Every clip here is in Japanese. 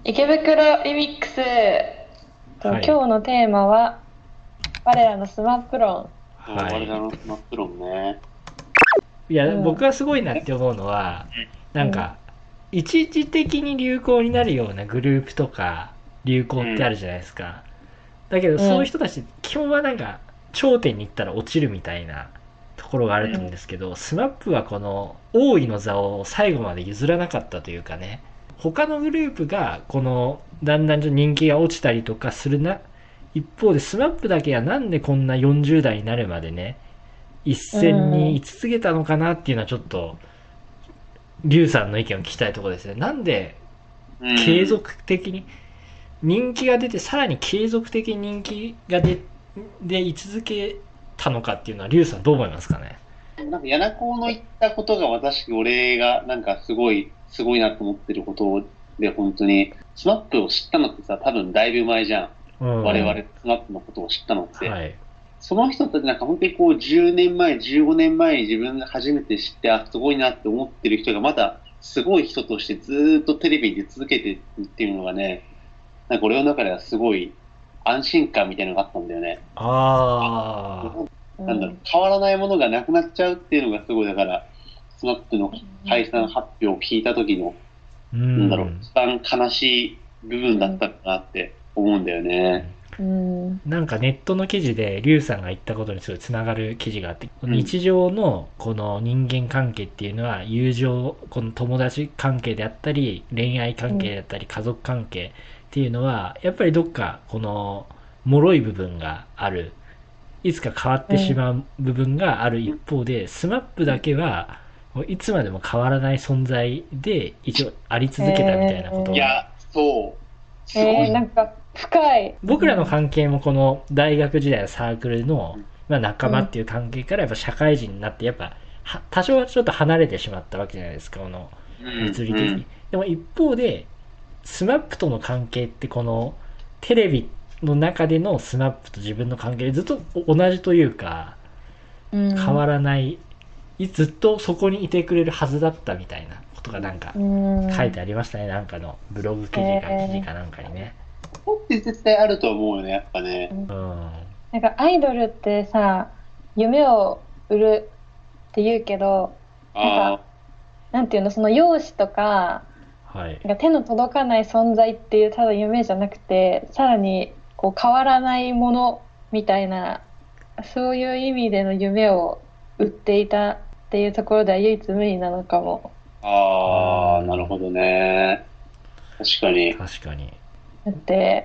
池袋リミックスはい。 今日のテーマは我らのスマップ論。 そう、我らはい。 のスマップ論ね。 いや、僕うんがすごいなって思うのは、なうんんか、一時的に流行になるようなグループとか、流行ってあうん。 るじゃないですか。だけど、そういううん人たち、基本はなんか、頂点に行ったら落ちるみたいなところがあると思うんですけど、スマップはこの、王位の座を最後まで譲らなかったというかね、他のグループが、この、だんだん人気が落ちたりとかするな、一方でスマップだけはなんでこんな40代になるまでね、一う線に居ん続けたのかなっていうのはちょっと、リュウさんの意見を聞きたいところですね。なんでう継ん。 続的に人気が出て、さらに継続的に人気がで居続けたのかっていうのは、リュウさんどう思いますかね？ なんか、柳子の言ったことが俺がなんかすごいなと思ってることで、本当に、スマップを知ったのってさ、多分だいぶ前じゃん。 うん。 我々、 はスマップのことを知ったのって。 い。 その人たちなんか本当にこう10年前、15年前に自分が初めて知って、あ、すごいなって思ってる人がまだすごい人としてずーっとテレビに出続けてるっていうのがね、なんか俺の中ではすごい安心感みたいなのがあったんだよね。 あなんだろう、 うん変わらないものがなくなっちゃうっていうのがすごい、だから、スマップの解散発表を聞いた時の、 ー。うなんだろう、 ん。 一番悲しい部分だったかなって思うんだよね。 うんなんかネットの記事でリュウさんが言ったことにすごいつながる記事があって、 うん。 日常のこの人間関係っていうのは友情、この友達関係であったり恋愛関係であったり家族関係っていうのはやっぱりどっかこの脆い部分がある、いつか変わってしうんまう部分がある一方で、スマップだけはもういつまでも変わらない存在で一応あり続けたみたいなことを、 いや、そう、すごい。 なんか深い。 僕らの関係もこの大学時代のサークルの、まあ、仲間っうんていう関係からやっぱ社会人になってやっぱ多少はちょっと離れてしまったわけじゃないですか、このうん、 物理的に。 うん。 でも一方でスマップとの関係ってこのテレビの中でのスマップと自分の関係でずっと同じというか変わうんらない、ずっとそこにいてくれるはずだったみたいなことがなんかうん書いてありましたね、なんかのブログ記事かなんかにね。 ここって絶対あると思うよね、やっぱね。 うんうん。 なんかアイドルってさ、夢を売るって言うけど、なんか、 ああ、 なんていうの、その容姿とか、 はい。 なんか手の届かない存在っていうただ夢じゃなくて、さらにこう変わらないものみたいな、そういう意味での夢を売っていたっていうところでは唯一無二なのかも。 うああ、なるん。 ほどね。確かに。 確かに。 だって、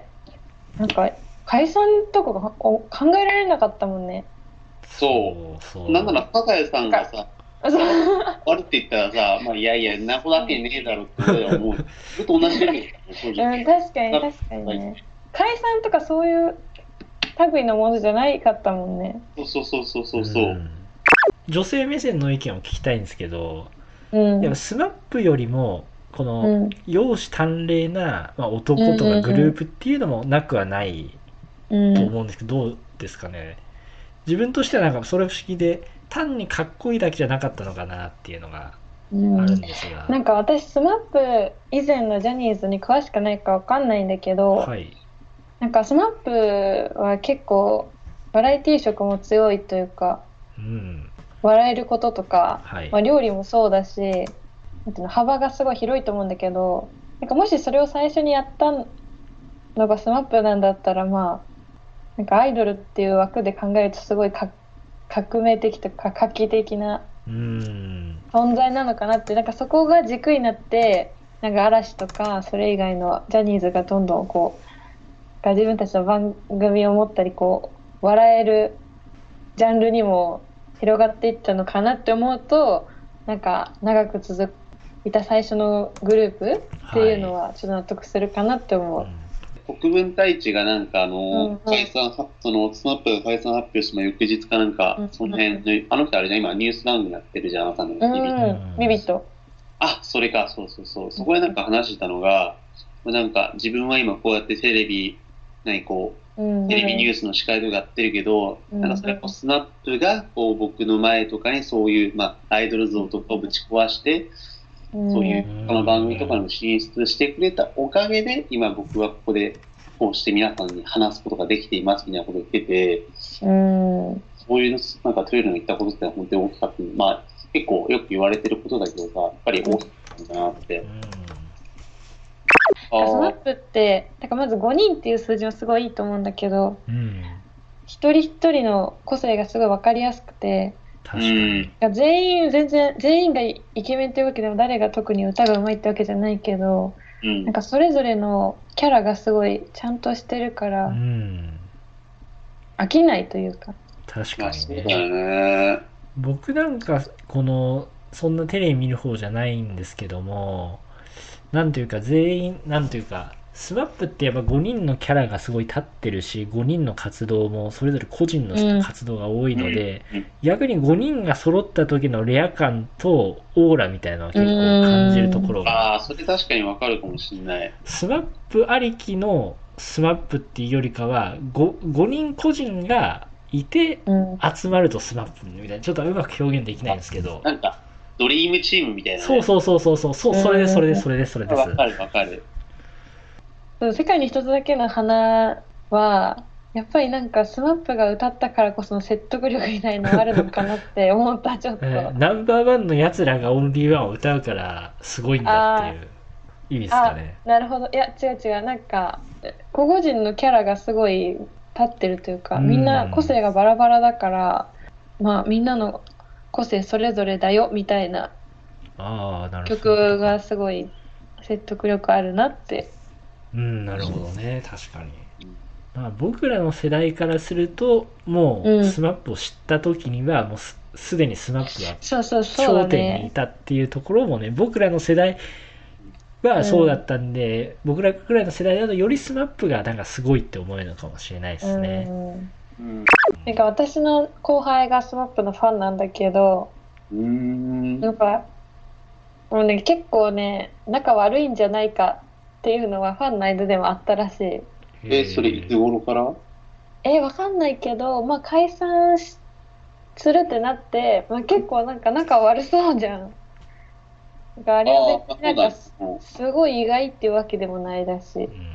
なんか解散とかが考えられなかったもんね。 そそうう。なんなそら、サザエさなんか、 んがさ、 そうあるって言ったらさ、まあ、いやいや、なこだけねえだろって俺は思う。それと同じレベルだね、正うん、 直。 確かにな確かにね。解散とかそういう類のものじゃないかったもんね。 そうそうそうう。うそうそう。 ん。女性目線の意見を聞きたいんですけど、 うん、 やっぱスマップよりも、この、 うん、 容姿端麗な、まあ、 う男とかグルーん、 プっていうのもなくはないうん、うん。 と思うんですけど、どうですかね。自分としてはなんかそれ不思議で、単にかっこいいだけじゃなかったのかなっていうのがあるうんんですが。 なんか私、スマップ以前のジャニーズに詳しくないかわかんないんだけど、 はい。 なんかスマップは結構バラエティ色も強いというか、 うん。 笑えることとか、 はい。 まあ、料理もそうだし、なんていうの、幅がすごい広いと思うんだけど、なんかもしそれを最初にやったのがスマップなんだったら、まあ、なんかアイドルっていう枠で考えるとすごい革命的とか画期的なうん。 存在なのかなって、なんかそこが軸になって、なんか嵐とかそれ以外のジャニーズがどんどんこう、自分たちの番組を持ったり、こう、笑えるジャンルにも広がっていったのかなって思うと、なんか長く続いた最初のグループっていうのはい。 はちょっと納得するかなって思うん。 国分太一がなんかう。うんうんそのスマップが解散発表した翌日かなんか、 うんその辺の、あの人あれじゃん、今ニュース番組やってるじゃん、朝のう日々。 んうんビビット。 あ、それか、そうそうそう。そこでなんか話してたのが、なんか自分は今こうやってテレビ、何こうんう、テレビニュースの司会とかやってるけど、 うんなんかそれこうスナップがこう僕の前とかにそういう、まあ、アイドル像とかをぶち壊して、 そういうこの番組とかにも進出してくれたおかげで、今僕はここでこうして皆さんに話すことができていますみたいなことを言ってて、そういうなんかトイレの言ったことって本当に大きかった。まあ結構よく言われてることだけどさ、やっぱり大きかったんだなって。 スマップって、だからまず5人っていう数字はすごいいいと思うんだけど、一人一人の個性がすごい分かりやすくて、 確かに。 全員がイケメンっていうわけでも、誰が特に歌が上手いってわけじゃないけど、なんかそれぞれのキャラがすごいちゃんとしてるから、飽きないというか。 確かにね。 僕なんかそんなテレビ見る方じゃないんですけども、なんというかスマップってやっぱ5人のキャラがすごい立ってるし、5人の活動もそれぞれ個人の活動が多いので、逆に5人が揃った時のレア感とオーラみたいなのは結構感じるところが、 それ確かにわかるかもしれない。 スマップありきのスマップっていうよりかは 5人個人がいて集まるとスマップみたいな、ちょっとうまく表現できないんですけど、 なんかドリームチームみたいな、ね、 そうそれですわかる。 世界に一つだけの花はやっぱりなんかスマップが歌ったからこその説得力みたいなのあるのかなって思ったちょっと、 ナンバーワンのやつらがオンリーワンを歌うからすごいんだっていう意味ですかね。 なるほど。いや違う、なんか個々人のキャラがすごい立ってるというか、みんな個性がバラバラだから、まあみんなの個性それぞれだよみたいな曲がすごい説得力あるなって。 なるほどね。確かに。まあ、僕らの世代からするともうスマップを知った時にはもうすでにスマップが頂点にいたっていうところもね、僕らの世代はそうだったんで、僕らくらいの世代だとよりスマップがなんかすごいって思えるのかもしれないですね。 なんか私の後輩がスマップのファンなんだけど、なんかもうね結構ね仲悪いんじゃないかっていうのはファンの間でもあったらしい。 それいつ頃から？ わかんないけど、まあ解散するってなって、まあ、結構なんか仲悪そうじゃん。なんかあれは別になんかすごい意外っていうわけでもないだし。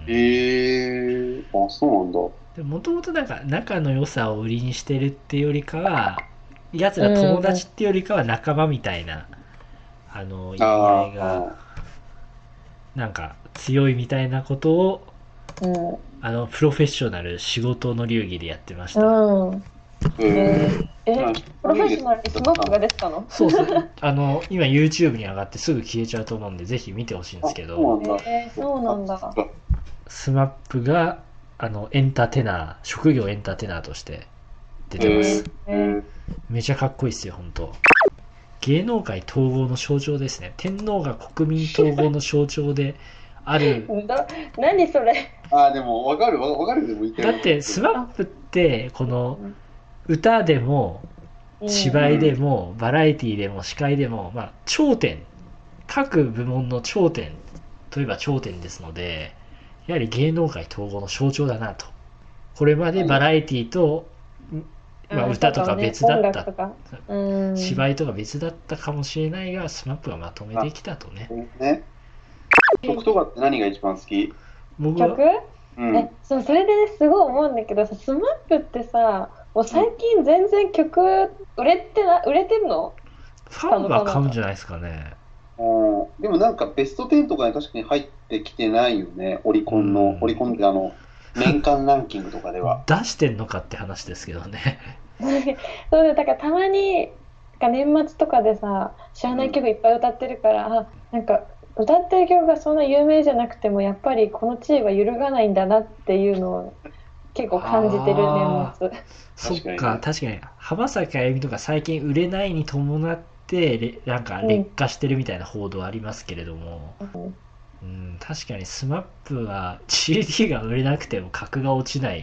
そうなんだ。 もともとなんか仲の良さを売りにしてるっていうよりかは、やつら友達っていうよりかは仲間みたいな、意味合いがなんか強いみたいなことを、プロフェッショナル仕事の流儀でやってました。 プロフェッショナルにスマップが出てたの？ そう今 YouTube に上がってすぐ消えちゃうと思うんでぜひ見てほしいんですけど、 そうなんだ。 スマップがエンターテイナー、職業エンターテイナーとして出てます。めちゃかっこいいっすよ本当。芸能界統合の象徴ですね。天皇が国民統合の象徴である。 何それ。 でも分かるでもいいけど。 だってスマップってこの歌でも芝居でもバラエティでも司会でも、まあ頂点、各部門の頂点といえば頂点ですので、やはり芸能界統合の象徴だなと。これまでバラエティと、歌とか別だった、芝居とか別だったかもしれないが、スマップがまとめてきたとね。 曲とかって何が一番好き？ 僕はそれでねすごい思うんだけどさ、スマップってさもう最近全然曲売れてるの？ ファンが買うんじゃないですかね。 でもなんかベスト10とかに確かに入ってきてないよね。オリコンって年間ランキングとかでは出してんのかって話ですけどね。 そうで、だからたまに年末とかでさ知らない曲いっぱい歌ってるから、なんか歌ってる曲がそんな有名じゃなくてもやっぱりこの地位は揺るがないんだなっていうのを結構感じてる年末。 そっか、確かに浜崎あゆみとか最近売れないに伴ってなんか劣化してるみたいな報道ありますけれども、確かにスマップは CD が売れなくても格が落ちない。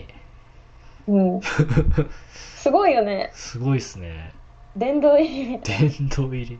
すごいよね。 すごいっすね。 殿堂入りみたいな。 殿堂入り。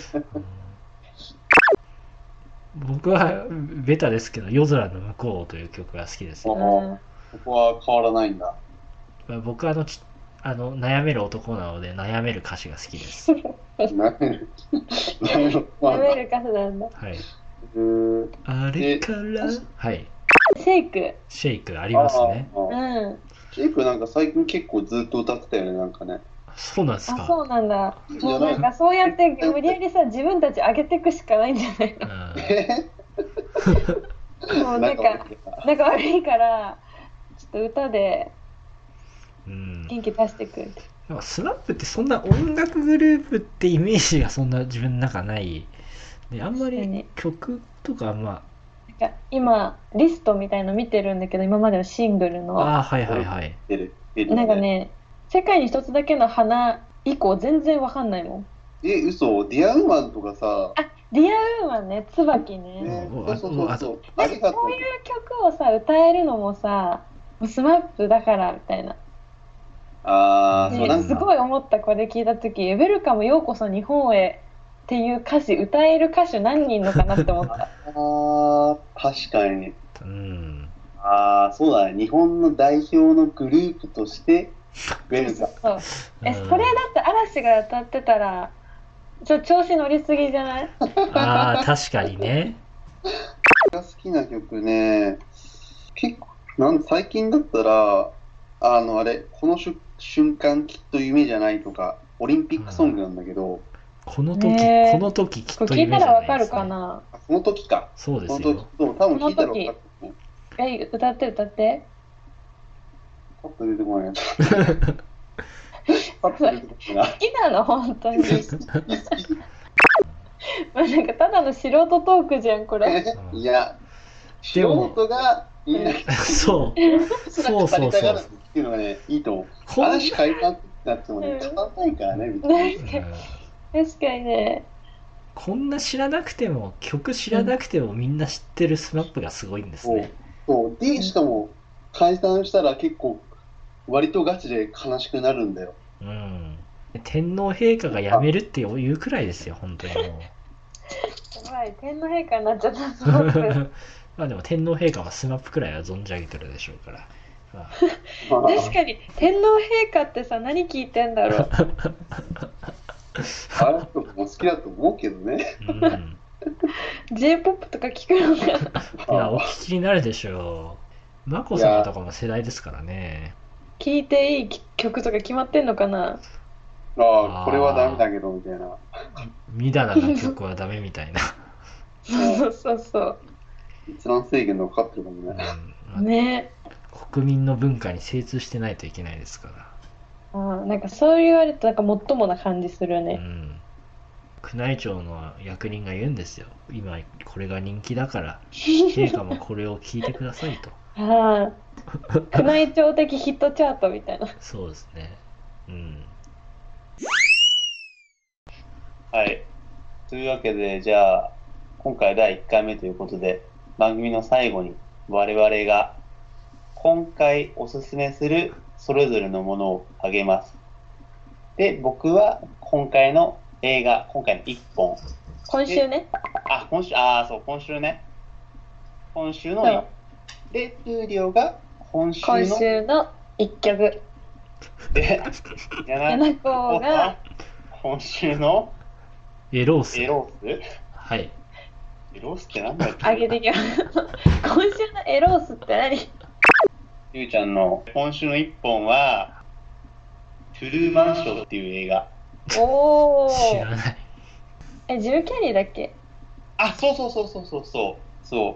僕はベタですけど夜空の向こうという曲が好きです。 ここは変わらないんだ。 僕は悩める男なので悩める歌詞が好きです。 なるほど。 舐める歌詞なんだ。 はい。 うんあれから、はい。 シェイク。 シェイクありますね。 うん。 シェイクなんか最近結構ずっと歌ってたよね、なんかね。 そうなんですあ、 か。 そうなんだ。 じゃないもうなんかそうやって無理やりさ、自分たち上げていくしかないんじゃないの？もうなんか、仲悪いから、ちょっと歌でうん。 元気出していく。 でもスマップってそんな音楽グループってイメージがそんな自分の中ないで、あんまり曲とかなんか今、リストみたいの見てるんだけど、今までのシングルの。 はいはいはい。 なんかね、世界に一つだけの花以降全然わかんないもん。 嘘ディアウーマンとかさ。 あ、ディアウーマンね、椿ね。 そうそう。 なんかそういう曲をさ、歌えるのもさ、スマップだからみたいな。 そうなんかすごい思った、これ聞いたとき、ウェルカムようこそ日本へっていう歌詞、歌える歌手何人のかなって思った。 確かに。 うん。 そうだね。日本の代表のグループとして、ウェルカム。 それだって嵐が歌ってたら、調子乗りすぎじゃない？ 確かにね。 好きな曲ね、結構、最近だったら、この瞬間きっと夢じゃないとか、オリンピックソングなんだけど、 この時きっと夢じゃないですね。 聞いたらわかるかな？ その時か。 そうですよ。 多分聞いたらわかると思う。 歌って。 パッと出てこない。 好きなの本当に。なんかただの素人トークじゃんこれ。 いや、素人がみんなそうっていうのがね、いいと思う。話変えたってなってもね、変わんないからね、みたいな。 確かにね。 こんな曲知らなくてもみんな知ってるスマップがすごいんですね。 そうで、しかも解散したら結構割とガチで悲しくなるんだよ。 うん。天皇陛下が辞めるっていうくらいですよ、本当にもう。 やばい、天皇陛下になっちゃった、スマップ。 まあでも天皇陛下はスマップくらいは存じ上げてるでしょうから。 確かに、天皇陛下ってさ、何聞いてんだろう。 あの人も好きだと思うけどね。 J-POP とか聞くのかな。いや、お聞きになるでしょう。眞子さまとかも世代ですからね。 聞いていい曲とか決まってんのかな？ これはダメだけどみたいな。 みだらな曲はダメみたいな。 そう。 閲覧制限のかかってるかもね。 ね。 国民の文化に精通してないといけないですから。 なんかそう言われるとなんかもっともな感じするね。 宮内庁の役人が言うんですよ。今これが人気だから陛下もこれを聞いてくださいと。宮内庁的ヒットチャートみたいな。 そうですね。 はい。というわけで、じゃあ今回第1回目ということで、番組の最後に我々が今回おすすめするそれぞれのものをあげます。で、僕は今回の映画、今回の1本。 今週ね。 今週ね。今週の1で、トゥーリオが今週の1曲。 で、 柳子が今週のエロース。 はい。エロースってなんだっけ？ あげてきます。今週のエロースって何？ ゆうちゃんの今週の1本は、トゥルーマンショーっていう映画。 知らない。 ジム・キャリーだっけ？ そう。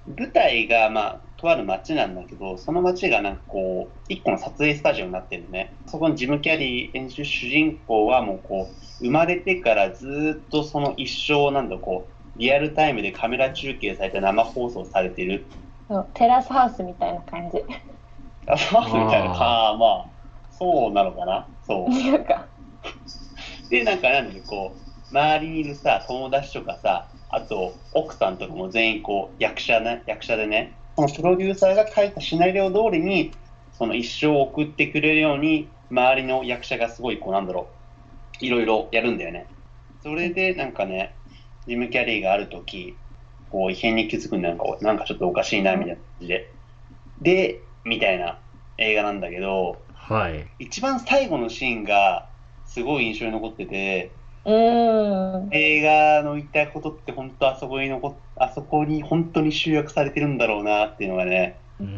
舞台が、とある街なんだけど、その街がなんかこう、一個の撮影スタジオになってるのね。そこにジム・キャリー演じる主人公はもうこう、生まれてからずっとその一生リアルタイムでカメラ中継されて生放送されてる。 テラスハウスみたいな感じ。 テラスハウスみたいな。そうなのかな。そう。で、周りにいるさ、友達とかさ、あと奥さんとかも全員役者でね、そのプロデューサーが書いたシナリオ通りに、その一生を送ってくれるように、周りの役者がすごいいろいろやるんだよね。それでジム・キャリーがある時、異変に気づくんだよ。なんかちょっとおかしいなみたいな感じで。みたいな映画なんだけど、 はい。 一番最後のシーンがすごい印象に残ってて、映画の言いたいことって本当あそこに本当に集約されてるんだろうなっていうのがね、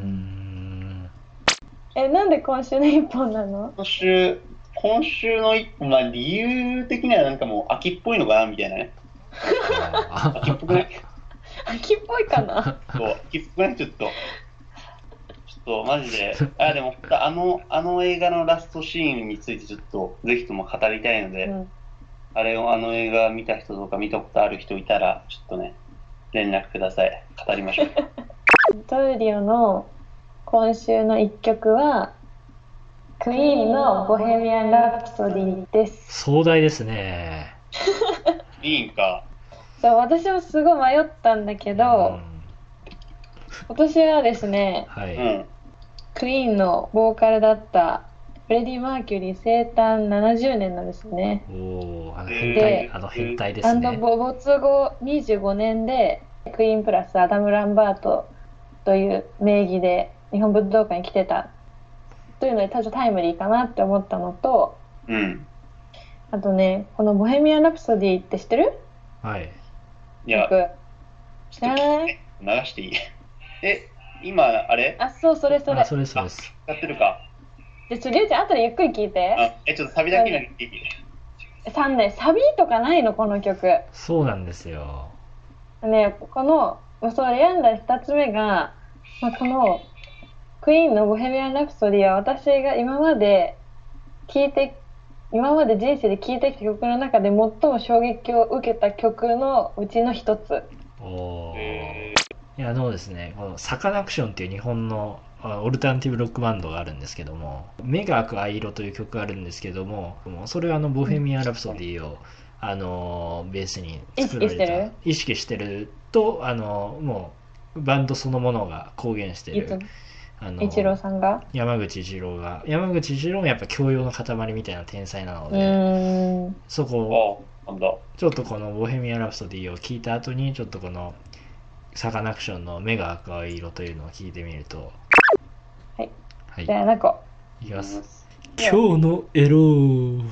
なんで今週の一本なの？ 今週の一本、まあ理由的にはなんかもう秋っぽいのかなみたいなね。秋っぽくない？ 秋っぽいかな。 そう、秋っぽくない？ちょっとマジで、でもあの映画のラストシーンについてちょっとぜひとも語りたいので、あの映画見た人とか見たことある人いたらちょっとね連絡ください。語りましょう。 トイリオの今週の一曲はクイーンのボヘミアン・ラプソディです。 壮大ですね。 いいんか。 そう、私もすごい迷ったんだけど、今年はですね、 はい。 クイーンのボーカルだったフレディ・マーキュリー生誕70年なんですね。 変態ですね。 没後25年でクイーンプラスアダム・ランバートという名義で日本武道館に来てたというのでちょっとタイムリーかなって思ったのと、あとね、このボヘミアン・ラプソディって知ってる？ はい。 いや、 知らない？ 流していい？今あれ？ そう、それ。 それです。 やってるか。 りゅうちゃん後でゆっくり聞いて。 ちょっとサビだけ聞いていい？ サビとかないのこの曲。 そうなんですよ。 ね、この選んだ2つ目が、このクイーンのボヘミアン・ラプソディは私が今まで人生で聴いてきた曲の中で最も衝撃を受けた曲のうちの一つ。 いやですね、このサカナクションっていう日本のオルタナティブロックバンドがあるんですけども、目が開く藍色という曲があるんですけども、それはボヘミアン・ラプソディをベースに作られた、意識してるともうバンドそのものが公言してる一郎さんが山口一郎もやっぱ教養の塊みたいな天才なので、そこをちょっとこのボヘミアン・ラプソディを聞いた後にちょっとこのサカナクションの目が赤い色というのを聞いてみると、はい、 じゃあナコいきます。今日のエロー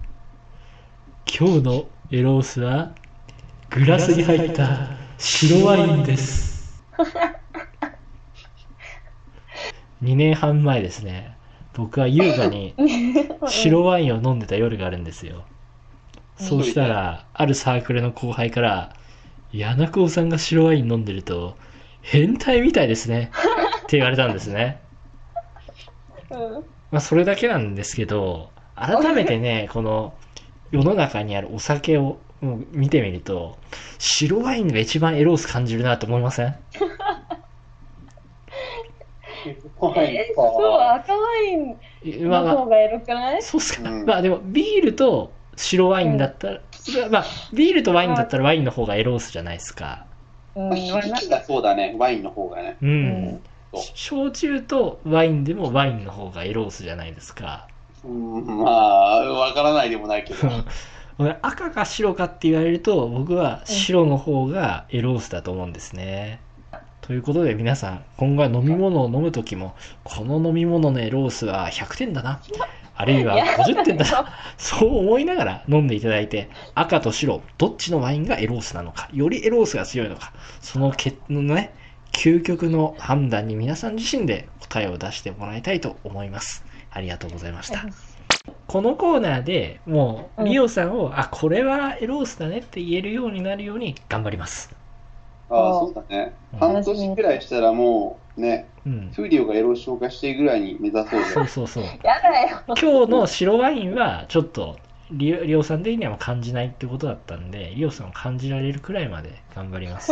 スはグラスに入った白ワインです2年半前ですね、僕は優雅に白ワインを飲んでた夜があるんですよ。そうしたらあるサークルの後輩から柳子さんが白ワイン飲んでると変態みたいですねって言われたんですね。それだけなんですけど、改めてねこの世の中にあるお酒を見てみると白ワインが一番エロース感じるなと思いません？ そう、赤ワインの方がエロくない？ そうっすか。でもビールと白ワインだったら、ビールとワインだったらワインの方がエロースじゃないですか。 響きがそうだね、ワインの方がね。 焼酎とワインでもワインの方がエロースじゃないですか。 わからないでもないけど。 赤か白かって言われると僕は白の方がエロースだと思うんですね。ということで皆さん今後は飲み物を飲むときもこの飲み物のエロースは100点だな、あるいは50点だな、そう思いながら飲んでいただいて、赤と白どっちのワインがエロースなのか、よりエロースが強いのか、その究極の判断に皆さん自身で答えを出してもらいたいと思います。ありがとうございました。このコーナーでもうリオさんをこれはエロースだねって言えるようになるように頑張ります。 そうだね。半年くらいしたらもうね、フーリオがエロ紹介しているぐらいに目指そうぜ。 そう。やだよ。 今日の白ワインはちょっとリオさん的には感じないってことだったんで、リオさんを感じられるくらいまで頑張ります。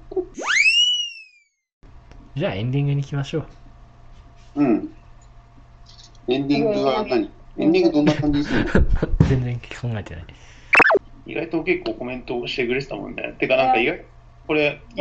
じゃあエンディングに行きましょう。エンディングは何？エンディングどんな感じするの？ 全然考えてない。 意外と結構コメントしてくれてたもんね。てかなんか意外今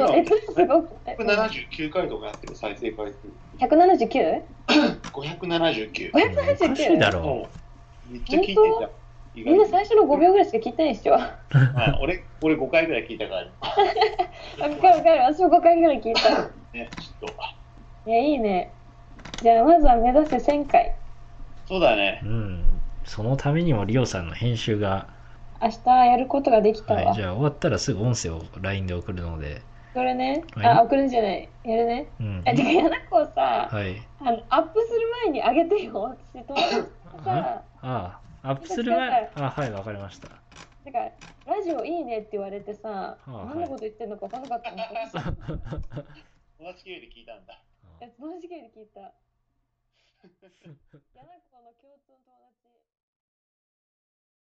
179回とかやってる再生回数。 179？ 579。 おかしいだろう。めっちゃ聞いてんじゃん。 みんな最初の5秒ぐらいしか聞いてないでしょ。 俺5回ぐらい聞いたから。 わかる。私も5回ぐらい聞いた。 ね、ちょっと。 いや、いいね。じゃあまずは目指せ1000回。 そうだね。 そのためにもリオさんの編集が、 明日やることができたわ。 はい、じゃあ終わったらすぐ音声を LINE で送るので。 これね、 はい送るんじゃない。やるね。てか、やなこさ、 はい。 アップする前にあげてよ。私、友達がさ、 アップする前、はい、わかりました。 なんか、ラジオいいねって言われてさ、何のこと言ってんのか分かんなかったの。 友達経由で聞いたんだ。 友達経由で聞いた。やなこの共通の友達。